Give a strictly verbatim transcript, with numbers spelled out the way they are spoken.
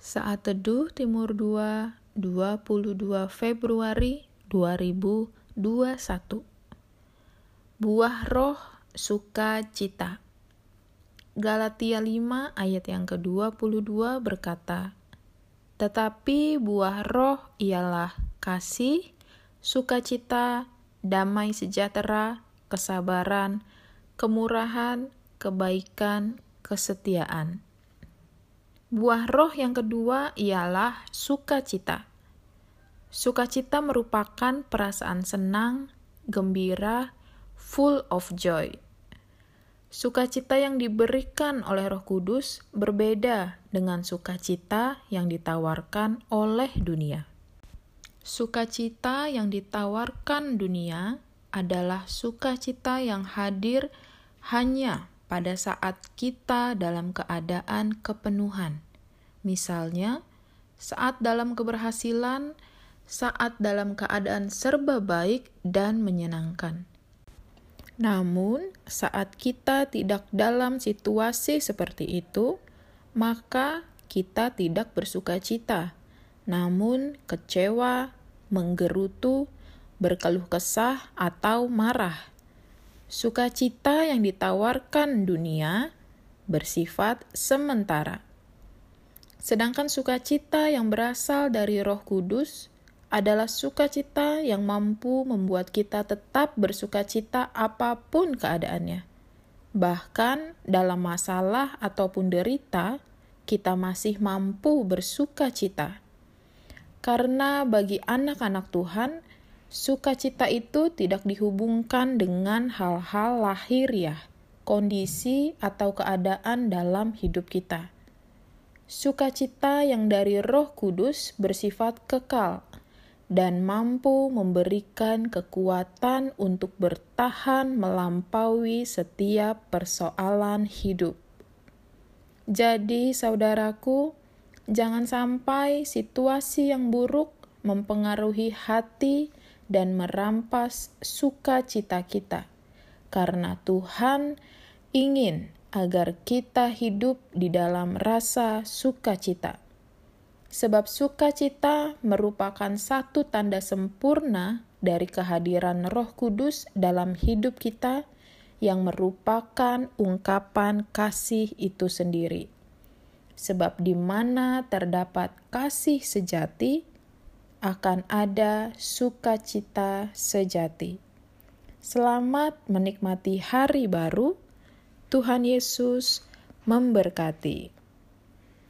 Saat Teduh Timur dua, dua puluh dua Februari dua ribu dua puluh satu. Buah roh sukacita. Galatia lima ayat yang kedua puluh dua berkata, "Tetapi buah roh ialah kasih, sukacita, damai sejahtera, kesabaran, kemurahan, kebaikan, kesetiaan." Buah roh yang kedua ialah sukacita. Sukacita merupakan perasaan senang, gembira, full of joy. Sukacita yang diberikan oleh Roh Kudus berbeda dengan sukacita yang ditawarkan oleh dunia. Sukacita yang ditawarkan dunia adalah sukacita yang hadir hanya pada saat kita dalam keadaan kepenuhan. Misalnya, saat dalam keberhasilan, saat dalam keadaan serba baik dan menyenangkan. Namun, saat kita tidak dalam situasi seperti itu, maka kita tidak bersukacita, namun kecewa, menggerutu, berkeluh kesah, atau marah. Sukacita yang ditawarkan dunia bersifat sementara. Sedangkan sukacita yang berasal dari Roh Kudus adalah sukacita yang mampu membuat kita tetap bersukacita apapun keadaannya. Bahkan dalam masalah ataupun derita, kita masih mampu bersukacita. Karena bagi anak-anak Tuhan, sukacita itu tidak dihubungkan dengan hal-hal lahiriah, kondisi atau keadaan dalam hidup kita. Sukacita yang dari Roh Kudus bersifat kekal dan mampu memberikan kekuatan untuk bertahan melampaui setiap persoalan hidup. Jadi, saudaraku, jangan sampai situasi yang buruk mempengaruhi hati dan merampas sukacita kita, karena Tuhan ingin agar kita hidup di dalam rasa sukacita. Sebab sukacita merupakan satu tanda sempurna dari kehadiran Roh Kudus dalam hidup kita yang merupakan ungkapan kasih itu sendiri. Sebab di mana terdapat kasih sejati, akan ada sukacita sejati. Selamat menikmati hari baru. Tuhan Yesus memberkati.